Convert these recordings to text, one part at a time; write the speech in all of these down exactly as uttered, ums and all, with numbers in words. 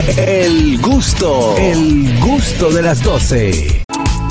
El gusto, el gusto de las doce.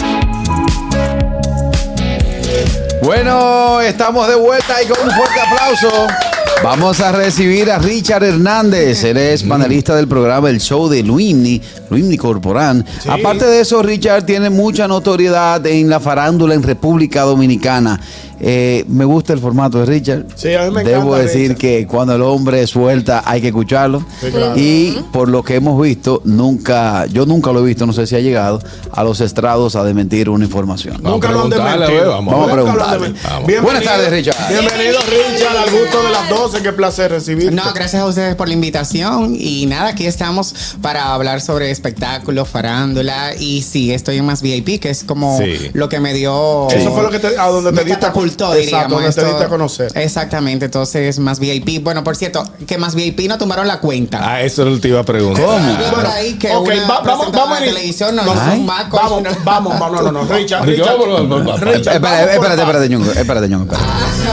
Bueno, estamos de vuelta y con un fuerte aplauso vamos a recibir a Richard Hernández. Él es panelista del programa El Show de Luimni, Luimni Corporán. Sí. Aparte de eso, Richard tiene mucha notoriedad en la farándula en República Dominicana. Eh, me gusta el formato de Richard. Sí, a mí me Debo encanta decir Richard. que cuando el hombre suelta hay que escucharlo. Sí, claro. Y por lo que hemos visto, nunca, yo nunca lo he visto, no sé si ha llegado a los estrados a desmentir una información. Nunca lo han desmentido. Vamos, vamos a preguntarle. Buenas tardes, Richard. Bienvenido, Richard, al gusto de las doce. Qué placer recibirte. No, gracias a ustedes por la invitación. Y nada, aquí estamos para hablar sobre espectáculos, farándula. Y sí, estoy en Más V I P, que es como sí. lo que me dio. Eso fue lo que te, a donde te diste a Exacto, diríamos, donde te diste a conocer. Exactamente, entonces Más V I P. Bueno, por cierto, que Más V I P no tomaron la cuenta. Ah, eso es lo que te iba a preguntar. ¿Cómo? Por ahí que okay, una va, vamos, vamos a televisión no, no, no son más vamos, no. vamos, vamos, no, no, no, Richard, Richard, Richard, espérate, espérate, espérate, Ñongo, espérate, Ñongo, espérate.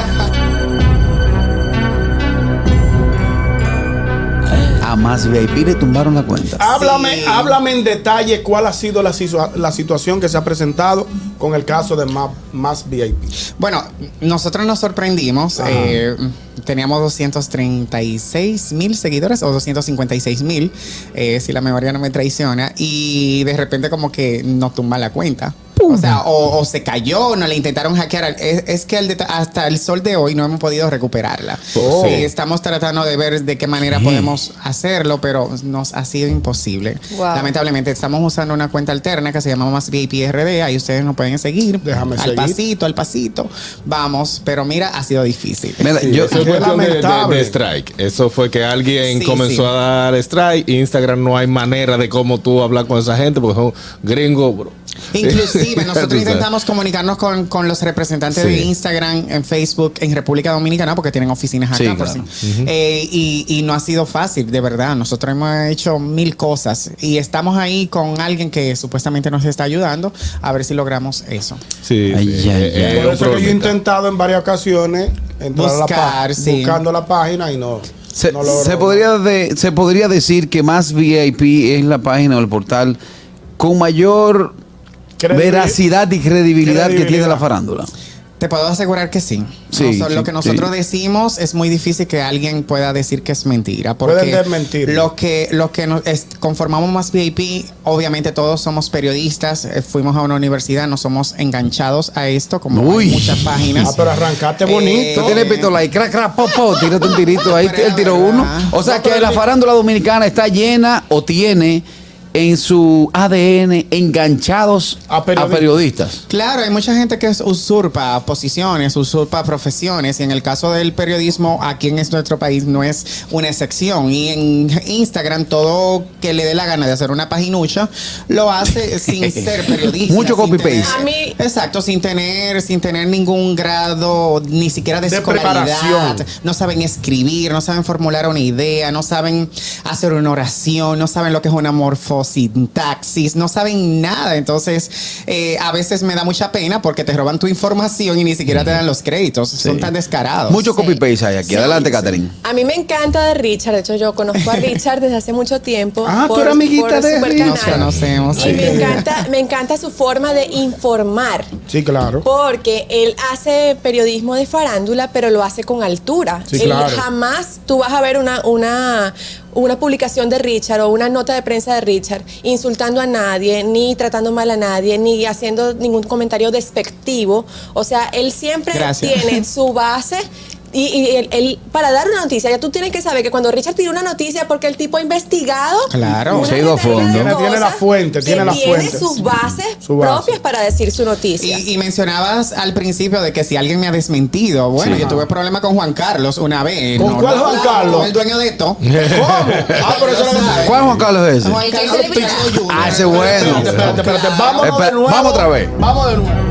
A Más V I P le tumbaron la cuenta. Háblame, Sí. háblame en detalle cuál ha sido la, situa- la situación que se ha presentado con el caso de Más, Más V I P. Bueno, nosotros nos sorprendimos. Eh, teníamos doscientos treinta y seis mil seguidores o doscientos cincuenta y seis mil, eh, si la memoria no me traiciona. Y de repente como que nos tumba la cuenta. O sea, o, o se cayó, no le intentaron hackear. Es, es que el deta- hasta el sol de hoy no hemos podido recuperarla. Oh. Sí, estamos tratando de ver de qué manera podemos hacerlo, pero nos ha sido imposible. Wow. Lamentablemente, estamos usando una cuenta alterna que se llama Más V I P R D. Ahí ustedes nos pueden seguir. Déjame al seguir. pasito, al pasito. Vamos, pero mira, ha sido difícil. Mira, Sí, yo, eso qué fue cuestión de, de, lamentable. de strike. Eso fue que alguien Sí, comenzó sí. a dar strike. Instagram no hay manera de cómo tú hablar con esa gente porque son gringos, bro. Inclusive nosotros Tú sabes. intentamos comunicarnos con, con los representantes Sí. de Instagram en Facebook en República Dominicana porque tienen oficinas acá. Sí, por claro. sí. Eh, y, y no ha sido fácil, de verdad. Nosotros hemos hecho mil cosas y estamos ahí con alguien que supuestamente nos está ayudando a ver si logramos eso. Sí, Ay, sí, ay, eh, ay. eh, Por un eso que yo he problemita. intentado en varias ocasiones entrar a la Buscar, página, sí. buscando la página y no. se, no logro. se podría de, se podría decir que Más V I P es la página o el portal con mayor Credibil- veracidad y credibilidad, que tiene credibilidad. la farándula. Te puedo asegurar que sí. Sí, Noso- sí, lo que nosotros sí. decimos es muy difícil que alguien pueda decir que es mentira. Porque Pueden desmentirlo. lo que, lo que nos es- conformamos Más V I P, obviamente todos somos periodistas, eh, fuimos a una universidad, no somos enganchados a esto, como Uy. hay muchas páginas. Ah, pero arrancaste Eh, bonito. Tú tienes pistola ahí, crack, crack, pop, pop, tírate un tirito ahí, Pero él tiró verdad. uno. O sea No, que pero la el- farándula dominicana está llena o tiene en su A D N enganchados A a periodistas. periodistas. Claro, hay mucha gente que usurpa posiciones, usurpa profesiones y en el caso del periodismo aquí en nuestro país no es una excepción y en Instagram todo que le dé la gana de hacer una paginucha lo hace sin ser periodista. Mucho sin copy-paste. tener- A mí- Exacto, sin tener sin tener ningún grado ni siquiera de, De escolaridad. preparación. No saben escribir, no saben formular una idea, no saben hacer una oración, no saben lo que es una morfosintaxis, no saben nada. Entonces, eh, a veces me da mucha pena porque te roban tu información y ni siquiera te dan los créditos. Son tan descarados. Mucho Sí. copy-paste hay aquí. Sí, Adelante, sí. Catherine. A mí me encanta de Richard. De hecho, yo conozco a Richard desde hace mucho tiempo. Ah, tú eres amiguita de Super Richard. Nos Canal. conocemos. Y sí. me encanta, me encanta su forma de informar. Sí, claro. Porque él hace periodismo de farándula, pero lo hace con altura. Sí, Él claro. jamás tú vas a ver una, una, una publicación de Richard o una nota de prensa de Richard insultando a nadie, ni tratando mal a nadie, ni haciendo ningún comentario despectivo. O sea, él siempre Gracias. tiene su base. Y, y él, él- para dar una noticia, ya tú tienes que saber que cuando Richard tira una noticia, porque el tipo ha investigado. Claro. una Se ha ido a determinada fondo. Tiene- tiene la cosa, fuente, que tiene la tiene fuente. sus bases Su base. propias para decir su noticia. Y, y mencionabas al principio de que si alguien me ha desmentido, bueno, Sí. yo tuve problemas con Juan Carlos una vez. ¿Con cuál Juan Carlos? Con el dueño de esto. ¿Cómo? Ah, pero eso Lo no lo sabe. ¿Cuál Juan Carlos es ese? Juan Carlos Ese Pichot junior Ah, ese bueno. Espérate, espérate, espérate. Vámonos Espera, de nuevo. vamos otra vez. Vamos de nuevo.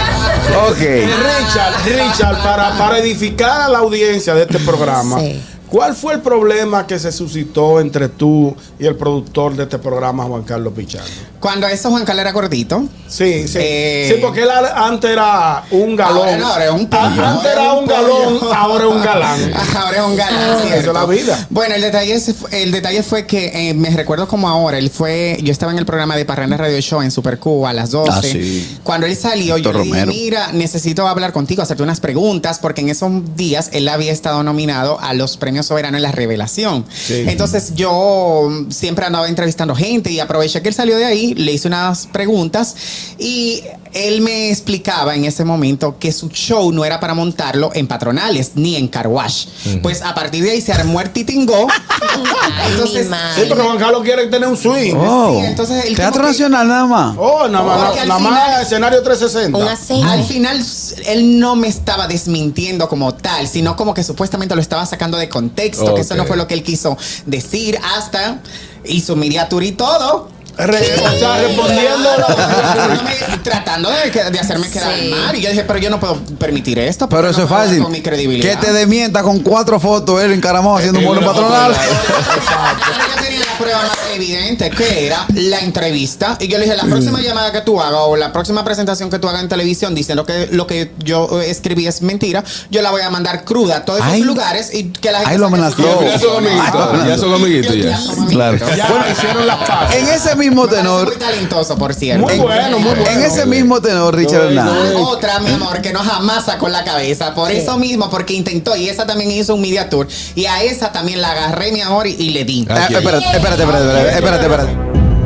Ok. Richard, Richard, para, para edificar a la audiencia de este programa, Sí. ¿Cuál fue el problema que se suscitó entre tú y el productor de este programa, Juan Carlos Pichardo? Cuando eso Juan Carlos era gordito. Sí, sí. Eh, sí, porque él antes era un galón. Ahora no, ahora es un pollo. Ah, antes Ahora era es un un galón, pollo. ahora es un galán. Ahora es un galán. Ah, ¿cierto? eso es la vida. Bueno, el detalle, es- el detalle fue que eh, me recuerdo como ahora, él fue, yo estaba en el programa de Parranda Radio Show en Super Q a las doce. Ah, sí. Cuando él salió, Héctor yo le dije, Romero. mira, necesito hablar contigo, hacerte unas preguntas, porque en esos días él había estado nominado a los premios soberanos en la Revelación. Sí. Entonces yo mm, siempre andaba entrevistando gente y aproveché que él salió de ahí, le hice unas preguntas y él me explicaba en ese momento que su show no era para montarlo en patronales ni en car wash. Pues a partir de ahí se armó el titingó. Entonces, madre. Sí, porque Juan Carlos quiere tener un swing. Oh, Sí, entonces él Teatro como que- Nacional nada más. Oh, nada más, Porque al nada final- más escenario trescientos sesenta. Un aceite. al final él no me estaba desmintiendo como tal, sino como que supuestamente lo estaba sacando de contexto, que eso no Ok. fue lo que él quiso decir hasta hizo miniatura y todo. Re- o sea, respondiendo a la... Haciéndome- tratando de, que- de hacerme quedar Sí. mal. Y yo dije, pero yo no puedo permitir esto. Pero porque eso no es puedo dar fácil. Con mi credibilidad. Que te desmienta con cuatro fotos él encaramado haciendo un En bolo una patronal. Pero yo tenía la prueba más evidente, que era la entrevista. Y yo le dije, la próxima llamada que tú hagas o la próxima presentación que tú hagas en televisión diciendo que lo que yo eh, escribí es mentira, yo la voy a mandar cruda a todos esos Ay. lugares y que la gente Ay, lo saque amenazó. sus Ya son amiguitos, ya son amiguitos Ya ya. somos amiguitos. Claro. Ya hicieron las paces. En ese mismo Me parece tenor, muy talentoso, por cierto. Muy bueno, muy bueno. en ese mismo tenor, Richard No, no, Hernández. Otra, mi amor, que no jamás sacó la cabeza. Por eso mismo, porque intentó. Y esa también hizo un media tour. Y a esa también la agarré, mi amor, y, y le di. Ah, espérate, espérate, espérate, espérate, espérate, espérate.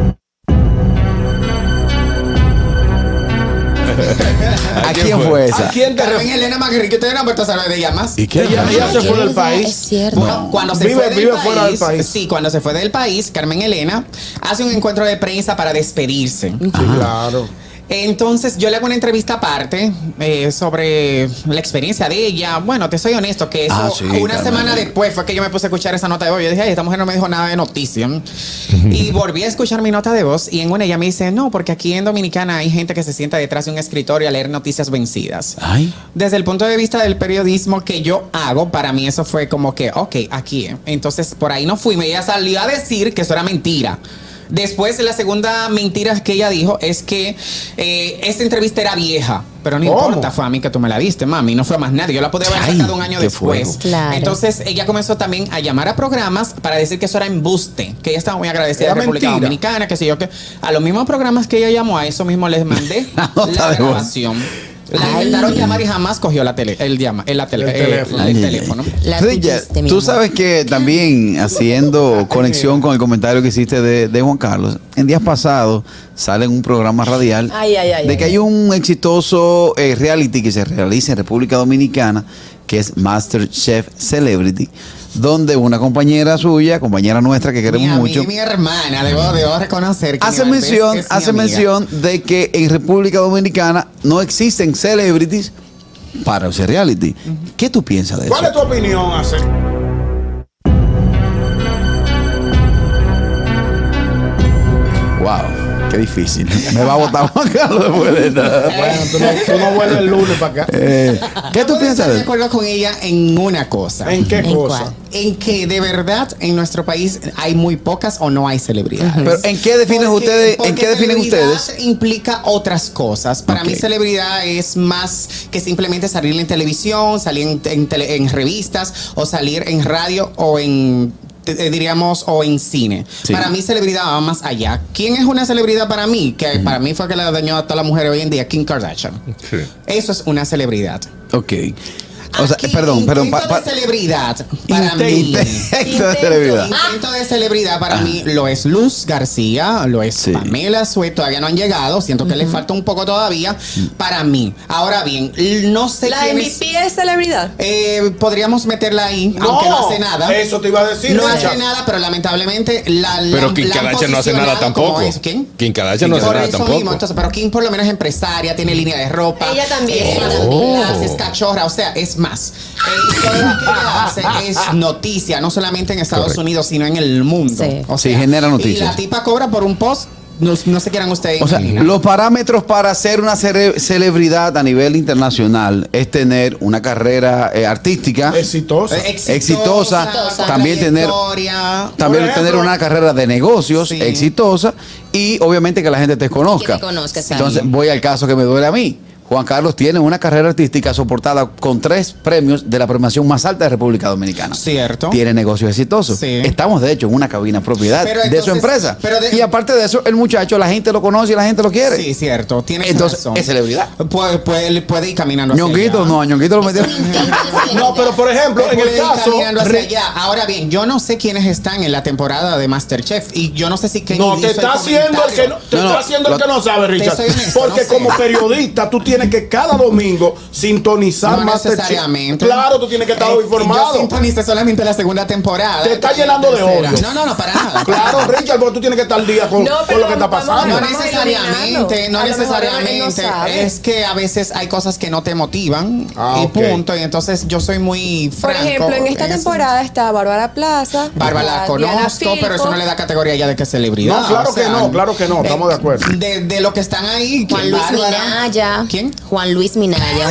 ¿A quién fue ¿A esa? quién te Carmen refieres? Elena Magritte, ustedes no han vuelto a saber de ella más. ¿Y qué? Ella, ella se fue del Es país. cierto. Bueno, cuando se Vive- fue del vive país, fuera del país. sí, cuando se fue del país, Carmen Elena hace un encuentro de prensa para despedirse. Sí, claro. Entonces yo le hago una entrevista aparte eh, sobre la experiencia de ella. Bueno, te soy honesto que eso Ah, sí, una Carmen. semana después fue que yo me puse a escuchar esa nota de voz. Yo dije, ay, esta mujer no me dijo nada de noticia. Y volví a escuchar mi nota de voz y en una ella me dice, no, porque aquí en Dominicana hay gente que se sienta detrás de un escritorio a leer noticias vencidas. Ay. Desde el punto de vista del periodismo que yo hago, para mí eso fue como que, ok, aquí. eh. Entonces por ahí no fui. Ella salió a decir que eso era mentira. Después, la segunda mentira que ella dijo es que eh, esta entrevista era vieja. Pero no ¿Cómo? importa, fue a mí que tú me la diste, mami. No fue a más nadie. Yo la pude haber Ay, sacado un año qué después. fuego. Claro. Entonces, ella comenzó también a llamar a programas para decir que eso era embuste. Que ella estaba muy agradecida Era de República mentira. Dominicana, que sé yo que. A los mismos programas que ella llamó, a eso mismo les mandé La nota la de voz. grabación. La intentaron llamar y jamás cogió la tele, el, llama, el, la tele, El eh, teléfono. la- el Ay, ay, teléfono. La Richard, tuviste, mi tú amor. sabes que también haciendo conexión con el comentario que hiciste de, de Juan Carlos, en días pasados sale en un programa radial Ay, ay, ay, de ay, que ay. hay un exitoso eh, reality que se realiza en República Dominicana, que es MasterChef Celebrity, donde una compañera suya, compañera nuestra que queremos mi, ami- mucho, mi hermana, debo, debo reconocer que hace mi Valdés mención, es mi hace amiga. mención de que en República Dominicana no existen celebrities para ese reality. ¿Qué tú piensas de ¿Cuál es eso? tu opinión acerca? Wow, qué difícil. Me va a votar Juan Carlos después de nada. Bueno, tú no, tú no vuelves el lunes para acá. Eh, ¿Qué Yo tú puedo piensas estar de de eso? acuerdo con ella en una cosa. ¿En qué ¿En cosa? cuál? En que de verdad en nuestro país hay muy pocas o no hay celebridades. Pero ¿en qué definen Porque- ustedes? ¿En porque qué definen celebridad ustedes? implica otras cosas. Para Ok. mí celebridad es más que simplemente salir en televisión, salir en, en tele- en revistas o salir en radio o en eh, diríamos o en cine. Sí. Para mí celebridad va más allá. ¿Quién es una celebridad para mí? Que para mí fue que la dañó a todas las mujeres hoy en día, Kim Kardashian. Sí. Eso es una celebridad. Ok. O sea, Aquí, perdón, perdón. intento pa- de pa- celebridad para Inte- mí. Intento de celebridad. Intento de celebridad para mí lo es Luz García, lo es Sí. Pamela Suet, todavía no han llegado, siento que les falta un poco todavía para mí. Ahora bien, no sé La quién M es. V P es celebridad. Eh, podríamos meterla ahí, aunque no hace nada. Eso te iba a decir. No Richard. hace nada, pero lamentablemente la Pero la- Kim la han Kardashian no hace nada posicionado como tampoco. es. ¿Quién? Kim Kardashian no hace Por nada eso tampoco. mismo, entonces, pero Kim por lo menos es empresaria, tiene línea de ropa. Ella también. Es, Ella también. es cachorra, o sea, es más. Eh, y todo lo que ella hace es noticia, no solamente en Estados Correcto. Unidos, sino en el mundo. Sí. O Sí, sea, genera Y noticias. la tipa cobra por un post no, no se quieran ustedes O sea, imaginar. los parámetros para ser una cere- celebridad a nivel internacional es tener una carrera eh, artística, Exitosa. exitosa, Exitosa, también tener trayectoria. también Por ejemplo, tener una carrera de negocios Sí. exitosa y obviamente que la gente te conozca. Que te conozca, sí. Entonces voy al caso que me duele a mí. Juan Carlos tiene una carrera artística soportada con tres premios de la premiación más alta de República Dominicana. Cierto. Tiene negocios exitosos. Sí. Estamos, de hecho, en una cabina propiedad Pero de su entonces- empresa. pero de- y aparte de eso, el muchacho, la gente lo conoce y la gente lo quiere. Sí, cierto. Tienes Entonces, razón. es celebridad. Puede, puede, puede ir caminando hacia Ñonguito, allá. no, a Ñonguito lo metieron. No, pero por ejemplo, en el Puede ir caso. caminando hacia Ri- allá. Ahora bien, yo no sé quiénes están en la temporada de MasterChef y yo no sé si Kenny No, te hizo el está haciendo el que no, te No, no, está haciendo el lo- que no sabe, Richard. soy honesto, Porque no sé. como periodista, tú tienes que cada domingo sintonizar No Masterchef. necesariamente. Claro, tú tienes que estar Eh, informado. Yo sintonicé solamente la segunda temporada. Te está llenando de Tercera. odio. No, no, no, para nada. Claro, Richard, porque tú tienes que estar al día con, No, con pero lo que está vamos- pasando. No Vamos a necesariamente, eliminarlo. no A lo mejor él no necesariamente. sabe. Es que a veces hay cosas que no te motivan Ah, y ok. punto. Y entonces yo soy muy Por franco. ejemplo, en esta eso. temporada está Bárbara Plaza. Bárbara la está Diana conozco, pero eso Filpo. no le da categoría ya de que es celebridad. No, claro o sea, que no, claro que no, estamos de acuerdo. De, de lo que están ahí. Juan que Luis Bárbara- Minaya. ¿Quién? Juan Luis Minaya.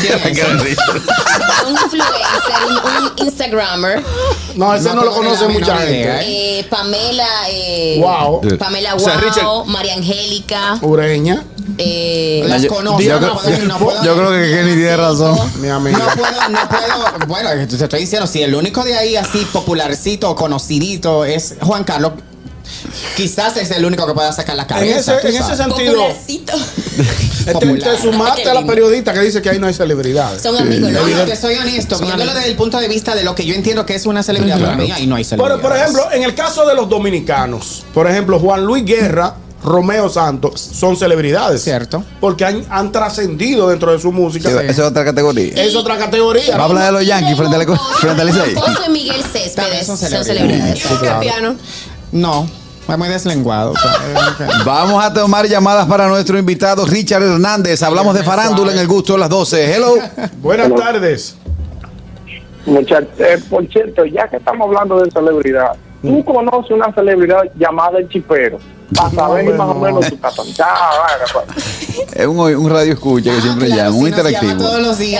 Un influencer, un, un Instagrammer. No, ese no, No lo tengo ni conoce la mucha menor gente. idea. Eh, Pamela. Eh, Wow. Pamela O sea, Wow. Richard- María Angélica. Ureña, Eh, Las yo- conozco. yo no creo- puedo- no puedo- Yo creo que Kenny tiene razón. mi amiga. No puedo, no puedo. Bueno, te estoy diciendo, si el único de ahí así popularcito, conocidito es Juan Carlos, quizás es el único que pueda sacar la En cabeza. ese, tú en ese sabes. sentido, popularcito. te, popular. te sumaste Qué a la lindo. periodista que dice que ahí no hay celebridades. Son amigos, ¿no? No, no, te soy honesto, Son viéndolo amigos. desde el punto de vista de lo que yo entiendo que es una celebridad para mí, ahí no hay Por, celebridad. por ejemplo, en el caso de los dominicanos, por ejemplo, Juan Luis Guerra, Romeo Santos, son celebridades. Cierto. Porque han, han trascendido dentro de su música. Esa es otra categoría. Es otra categoría. Va a hablar de los Yankees frente al frente al Licey. Mocoso y Miguel También Céspedes son son celebridades. celebridades. ¿Y qué piano? No, es muy deslenguado. o sea, Vamos a tomar llamadas para nuestro invitado Richard Hernández. Hablamos de farándula en el gusto de las doce. Hello. Buenas tardes. Muchachos, eh, por cierto, ya que estamos hablando de celebridad, ¿tú conoces una celebridad llamada El Chipero? Para No, saber hombre, más o no. menos su catanchada, vaina, pues. Es un, un radio escucha que Ah, siempre claro, llama, un sí nos llama interactivo. todos los días.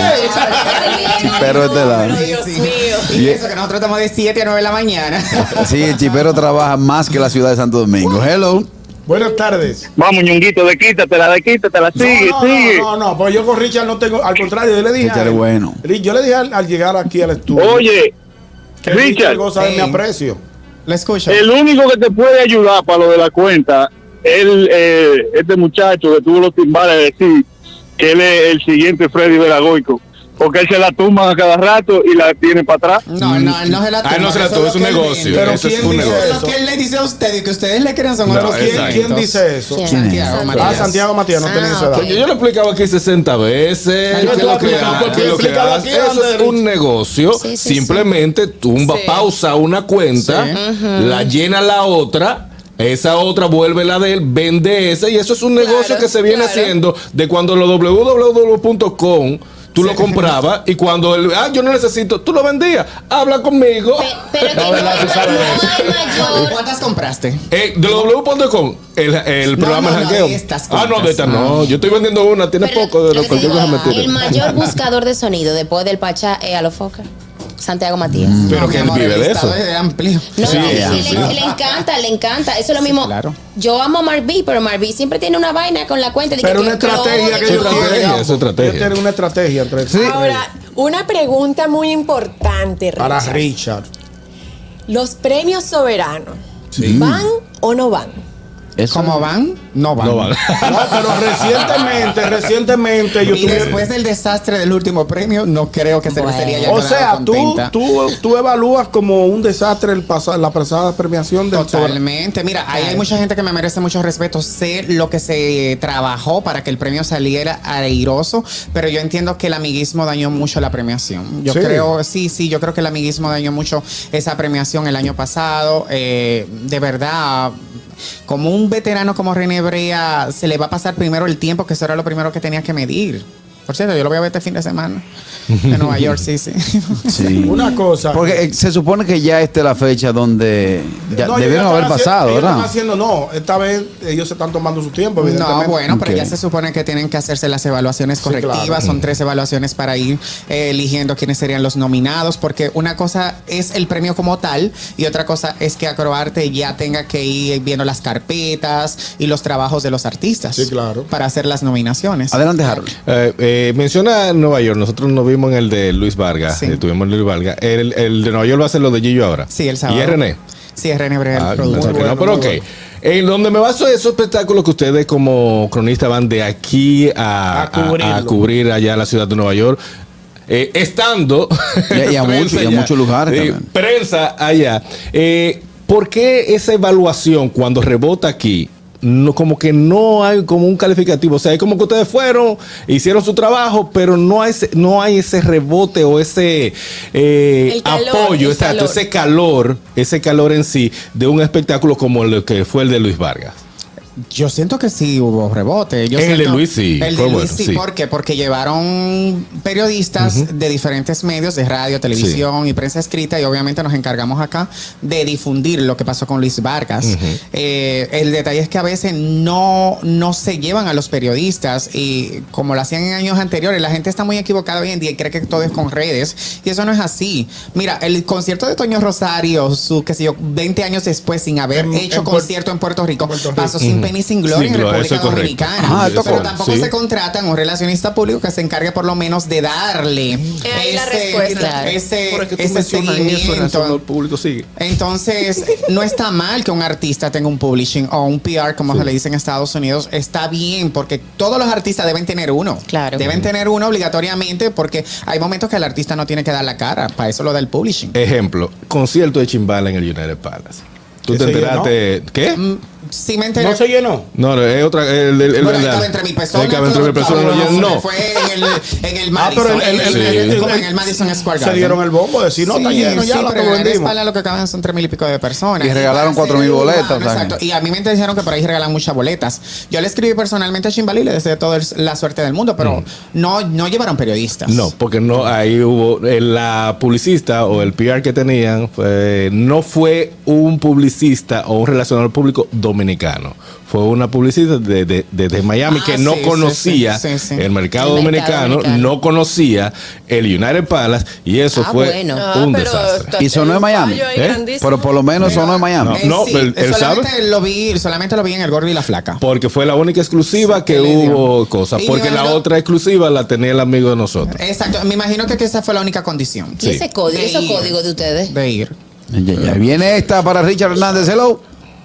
Sí. Chipero este lado. Sí, Dios sí. mío. Y eso que nosotros estamos de siete a nueve de la mañana. Sí, el chipero trabaja más que la ciudad de Santo Domingo. Hello. Buenas tardes. Vamos, ñonguito, de quítatela, de quítatela, sigue, no, no, sigue. no, no, no, pues yo con Richard no tengo, al contrario, yo le dije. Richard a él- es bueno. Yo le dije al, al llegar aquí al estudio Oye, que Richard Richard, goza de mi sí. aprecio. Lo escucho. el único que te puede ayudar para lo de la cuenta es el, eh, este muchacho que tuvo los timbales de decir que él es el siguiente Freddy Veragoico. Porque él se la tumba a cada rato y la tiene para atrás. No, no, él no se la Ah, él no se la eso tuvo, es es un lo que él negocio. vende. Pero Eso es ¿quién un dice negocio. Eso es lo que él le dice a ustedes y que ustedes le creen son No, otros ¿Quién, exacto. quién dice eso? ¿Quién? Santiago Ah, Matías. Ah, Santiago Matías, no Ah, tenía esa edad. ok. Yo, yo lo he explicado aquí sesenta veces. Ay, no, que tú lo has que explicado, hace- porque que he lo que explicado hace- aquí eso antes es de- un negocio. Sí, sí, Simplemente tumba, Sí. pausa una cuenta, la llena la otra. Esa otra vuelve la de él, vende esa y eso es un negocio Claro, que se viene claro. haciendo de cuando los doble u doble u doble u punto com tú lo comprabas y cuando él, ah, yo no necesito, tú lo vendías, habla conmigo. Pe- Pero que no, ¿verdad? hay Tú sabes no hay mayor. ¿Cuántas compraste? Eh, de doble u doble u doble u punto com, el, el No, programa no, de no, hackeo. de estas Ah, no, de cuentas. estas no. Ah. Yo estoy vendiendo una, tiene Pero poco de lo lo que que yo digo, me tiro. el mayor buscador de sonido después del Pachá es Alofoca. Santiago Matías. Pero No, que mi él amor, vive el de listado eso. es amplio. No, Sí, no, le, sí. le- le encanta, le encanta. Eso es lo mismo. claro. Yo amo a Marví, pero Marví siempre tiene una vaina con la cuenta. de Pero que- una que lo estrategia odia, que que ellos lo estrategia, tienen. odia. es estrategia. Ellos tienen una estrategia entre Ahora, una pregunta muy importante, para Richard. Richard. ¿Los premios soberanos van o no van? Eso- ¿Cómo van? No van. No van. No, pero recientemente, recientemente yo Y tuve. después del desastre del último premio, no creo que cervecería haya O quedado sea, tú, contenta. tú, tú evalúas como un desastre el pasa- la pasada premiación del Soberano. Totalmente. Mira, ahí hay mucha gente que me merece mucho respeto. Sé lo que se trabajó para que el premio saliera airoso, pero yo entiendo que el amiguismo dañó mucho la premiación. Yo Sí. creo, sí, sí, yo creo que el amiguismo dañó mucho esa premiación el año pasado. Eh, de verdad, como un veterano como René Brea, se le va a pasar primero el tiempo, que eso era lo primero que tenía que medir. Por cierto, yo lo voy a ver este fin de semana. En Nueva York, sí, sí. Sí. Una cosa. Porque eh, se supone que ya esta es la fecha donde ya No, debieron ellos haber están pasado, haciendo- ellos ¿verdad? están haciendo, no, esta vez ellos se están tomando su tiempo, No, evidentemente. bueno, pero Ok. ya se supone que tienen que hacerse las evaluaciones Sí, correctivas. claro. Son tres evaluaciones para ir eh, eligiendo quiénes serían los nominados, porque una cosa es el premio como tal y otra cosa es que Acroarte ya tenga que ir viendo las carpetas y los trabajos de los artistas. Sí, claro. Para hacer las nominaciones. Adelante, Harold. Eh, eh, menciona Nueva York. Nosotros nos vimos en el de Luis Vargas. Sí. Eh, tuvimos en Luis Vargas. El, el de Nueva York va a ser lo de Gillo ahora. Sí, el sábado. Y es René. Sí, es René Brel, Ah, el productor. pensaba que no, bueno, pero muy ok. bueno. En donde me baso de esos espectáculos que ustedes como cronistas van de aquí a, A cubrirlo. a- a cubrir allá en la ciudad de Nueva York. Eh, estando Y- y a prensa mucho- y a allá, muchos lugares eh, también. prensa allá. Eh, ¿Por qué esa evaluación cuando rebota aquí? No, como que no hay como un calificativo, o sea, es como que ustedes fueron, hicieron su trabajo, pero no hay ese, no hay ese rebote o ese eh, El calor, apoyo, el exacto, calor. ese calor, ese calor en sí de un espectáculo como el que fue el de Luis Vargas. Yo siento que sí hubo rebote. Yo En el de siento- Luis sí, El de fue Luis bueno, sí. sí. ¿Por qué? Porque llevaron periodistas de diferentes medios, de radio, televisión y prensa escrita, y obviamente nos encargamos acá de difundir lo que pasó con Luis Vargas. Eh, el detalle es que a veces no, no se llevan a los periodistas, y como lo hacían en años anteriores, la gente está muy equivocada hoy en día y cree que todo es con redes, y eso no es así. Mira, el concierto de Toño Rosario, su, qué sé yo, veinte años después, sin haber En- hecho en Puer- concierto en Puerto Rico, Puerto Rico. pasó sin pena y sin gloria Sin en gloria, eso República es correcto. Dominicana. Ah, pero tocó. tampoco Sí. se contratan un relacionista público que se encargue por lo menos de darle ahí la respuesta. Claro. ese, Por que tú ese mencionas eso, seguimiento. el público sigue. Entonces, no está mal que un artista tenga un publishing o un P R, como se le dice en Estados Unidos. Está bien, porque todos los artistas deben tener uno. Claro. Deben tener uno obligatoriamente, porque hay momentos que el artista no tiene que dar la cara. Para eso lo da el publishing. Ejemplo, concierto de Chimbala en el United Palace. ¿Tú ¿Que te se enteraste? ¿Qué? Mm, Sí me enteré. ¿No se llenó? No, no, es otra. El, el, el Bueno, ahí verdad. cabe entre mil personas. Ahí cabe entre mil personas. pero No, no. Fue en el, en el Ah, Madison. pero el- el- en, el- en- el- como en el- el Madison Square Se Garden. dieron el bombo de decir, no, está Sí, lleno, ya sí, lo pero en la vendimos. espalda lo que caben son tres mil y pico de personas. Y regalaron para cuatro ser mil boletas, humano, o sea Exacto. que- Y a mí me dijeron que por ahí regalan muchas boletas. Yo le escribí personalmente a Chimbali y le deseé toda el- la suerte del mundo, pero no, no llevaron periodistas. No, porque no, ahí hubo, eh, la publicista o el P R que tenían fue- no fue un publicista o un relacionador público dominicano. Fue una publicista de, de- desde Miami Ah, que no sí, sí, conocía sí, sí, sí. el mercado El mercado dominicano, dominicano. no conocía el United Palace y eso Ah, fue bueno. un Ah, pero desastre. ¿Y sonó en Miami? ¿Eh? Pero por lo menos sonó en Miami. No, Eh, no, sí, él- él solamente sabe. lo vi, solamente lo vi en el Gordo y la Flaca. Porque fue la única exclusiva que que le dio. hubo cosas. Y Porque la luego- otra exclusiva la tenía el amigo de nosotros. Exacto. Me imagino que esa fue la única condición. ¿Y ese código, De esos ir. códigos de ustedes? De ir. Ya, ya. Viene esta para Richard Hernández. Hello.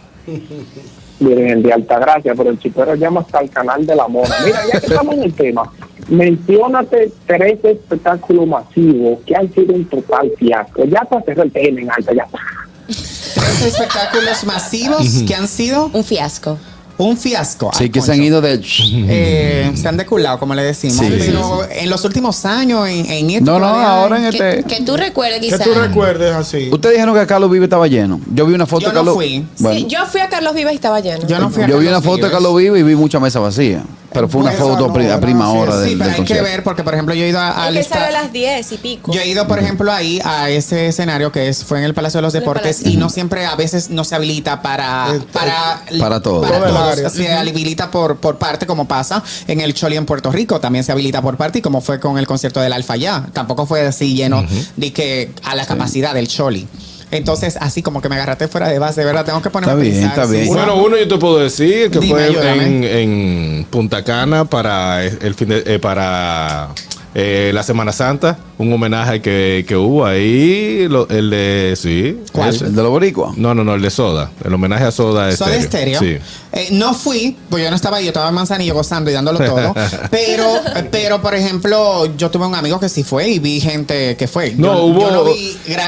Virgen de Altagracia, pero el chipero llama hasta el canal de la mona. Mira, ya que estamos en el tema, menciónate tres espectáculos masivos que han sido un total fiasco. Ya para cerrar el tema en alta, ya está. Tres espectáculos masivos que han sido Un fiasco. un fiasco. Sí, Ay, que se han concho. ido de. Eh, se han deculado, como le decimos. Sí, Pero en los últimos años, en, en este No, no, programa, ahora en Que, este. que tú recuerdes Que quizás. tú recuerdes así. Ustedes dijeron que Carlos Vive estaba lleno. Yo vi una foto Yo de no Carlos. fui. Bueno, Sí, yo fui a Carlos Vives y estaba lleno. Yo no fui a yo vi una Carlos foto de Vives. Carlos Vive y vi mucha mesa vacía. Pero fue una Bueno, foto a pri- a no, prima sí, hora sí, del, Sí, del pero hay que concierto. ver, porque por ejemplo yo he ido a, Es al que esta- sale a las diez y pico. Yo he ido, por ejemplo, ahí a ese escenario que es, fue en el Palacio de los En el Deportes Palacio. y no siempre, a veces no se habilita para Eh, para, para todo. para Todo el todos. área. Se habilita por, por parte, como pasa en el Choli en Puerto Rico. También se habilita por parte, y como fue con el concierto del Alfa Ya. Tampoco fue así lleno de que a la capacidad del Choli. Entonces, así como que me agarraste fuera de base, de verdad, tengo que ponerme Está a bien, pensar. está bien. Bueno, uno yo te puedo decir que Dime, fue ayúdame. en, en Punta Cana para el fin de, eh, para eh, la Semana Santa, un homenaje que, que hubo ahí, lo- el de sí, ¿Cuál? ese. ¿El de los boricuas? No, no, no, el de Soda, el homenaje a Soda Soda Estéreo. Estéreo. Sí. Eh, no fui, pues yo no estaba ahí, yo estaba en Manzanillo gozando y dándolo todo. pero, pero, por ejemplo, yo tuve un amigo que sí fue y vi gente que fue. No, yo, hubo- yo no vi gran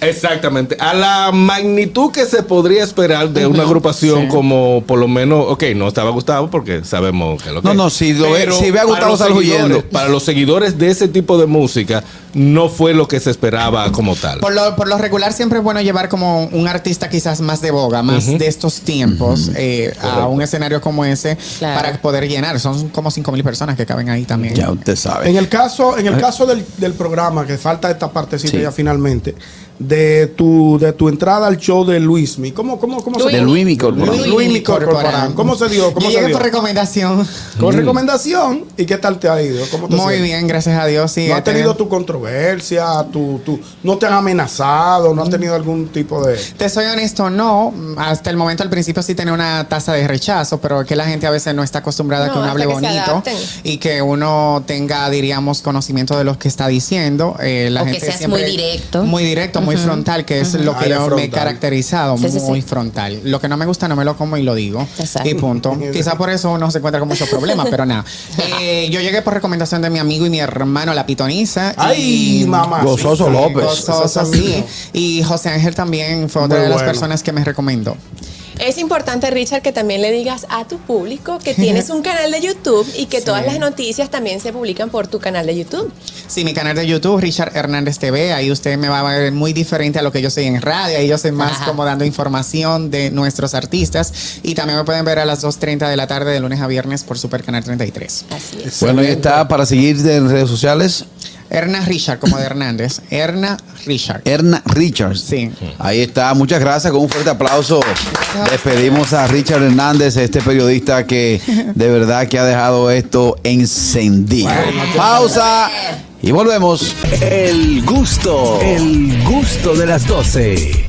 Exactamente. A la magnitud que se podría esperar de una agrupación Sí. como, por lo menos, ok, no estaba Gustavo porque sabemos que lo que No, es. no, si lo ve- Pero si ve a para Gustavo los sale seguidores- huyendo. Para los seguidores de ese tipo de música, no fue lo que se esperaba como tal. Por lo, por lo regular siempre es bueno llevar como un artista quizás más de boga, más Ujú. de estos tiempos, eh, a un escenario como ese Claro. para poder llenar. Son como cinco mil personas que caben ahí también. Ya usted sabe. En el caso, en el caso del, del programa, que falta esta partecita Sí. ya finalmente, de tu, de tu entrada al show de Luismi. ¿Cómo, cómo, cómo se De Luismi Corporán. Luis- Luismi Corporán. ¿Cómo se dio? ¿Cómo Yo se llegué dio? por recomendación. Con recomendación. ¿Y qué tal te ha ido? ¿Cómo te Muy sientes? bien, gracias a Dios. Sí, ¿No he has tenido tenido- tu controversia? Tu, tu, ¿No te han amenazado? ¿No has tenido algún tipo de...? Te soy honesto, no. Hasta el momento, al principio sí tenía una tasa de rechazo, pero que la gente a veces no está acostumbrada a No, que uno hasta hable que se bonito adapten. y que uno tenga, diríamos, conocimiento de lo que está diciendo. Eh, la O que gente seas siempre- muy directo. Muy directo, muy frontal, que es lo Ah, que eres yo me he frontal. caracterizado, Sí, sí, muy sí. frontal. Lo que no me gusta no me lo como y lo digo. Exacto. Y punto. Quizá por eso uno se encuentra con muchos problemas, pero nada. Eh, yo llegué por recomendación de mi amigo y mi hermano, la pitoniza. ¡Ay, y- mamá! Gozoso Sí, López. Gozoso, Eso sí. mismo. Y José Ángel también fue otra Muy de las bueno. personas que me recomendó. Es importante, Richard, que también le digas a tu público que tienes un canal de YouTube y que todas las noticias también se publican por tu canal de YouTube. Sí, mi canal de YouTube, Richard Hernández T V, ahí usted me va a ver muy diferente a lo que yo soy en radio, ahí yo soy más Ajá. como dando información de nuestros artistas y también me pueden ver a las dos treinta de la tarde de lunes a viernes por Super Canal treinta y tres. Así es. Bueno, ahí está para seguir en redes sociales. Erna Richard, como de Hernández. Erna Richard. Erna Richards. Sí. Ahí está. Muchas gracias. Con un fuerte aplauso. Despedimos a Richard Hernández, este periodista que de verdad que ha dejado esto encendido. Pausa y volvemos. El gusto, el gusto de las doce.